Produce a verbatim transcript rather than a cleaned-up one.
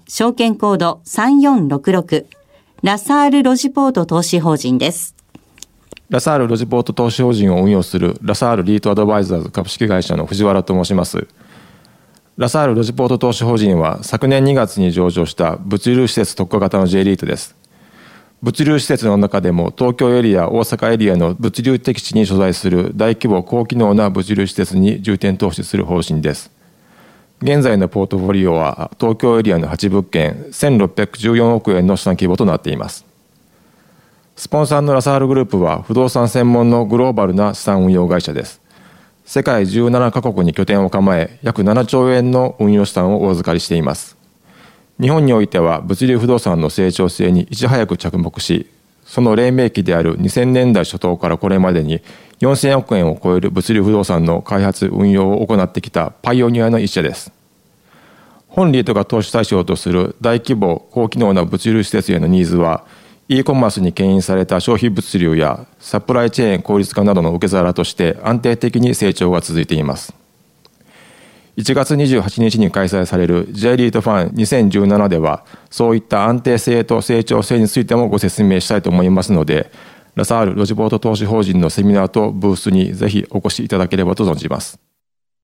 証券コードさんよんろくろく、ラサールロジポート投資法人です。 ラサールロジポート投資法人を運用するラサールリートアドバイザーズ株式会社の藤原と申します。ラサールロジポート投資法人は昨年にがつに上場した物流施設特化型の J リートです。物流施設の中でも東京エリア、大阪エリアの物流適地に所在する大規模高機能な物流施設に重点投資する方針です。現在のポートフォリオは東京エリアのはちぶっけん、せんろっぴゃくじゅうよんおくえんの資産規模となっています。スポンサーのラサールグループは不動産専門のグローバルな資産運用会社です。世界じゅうななかこくに拠点を構え、約ななちょうえんの運用資産をお預かりしています。日本においては物流不動産の成長性にいち早く着目し、その黎明期であるにせんねんだい初頭からこれまでによんせんおくえんを超える物流不動産の開発運用を行ってきたパイオニアの一社です。本リートが投資対象とする大規模高機能な物流施設へのニーズは、e コマースに牽引された消費物流やサプライチェーン効率化などの受け皿として安定的に成長が続いています。いちがつにじゅうはちにちに開催される J リートファンにせんじゅうななでは、そういった安定性と成長性についてもご説明したいと思いますので、ラサールロジポート投資法人のセミナーとブースにぜひお越しいただければと存じます。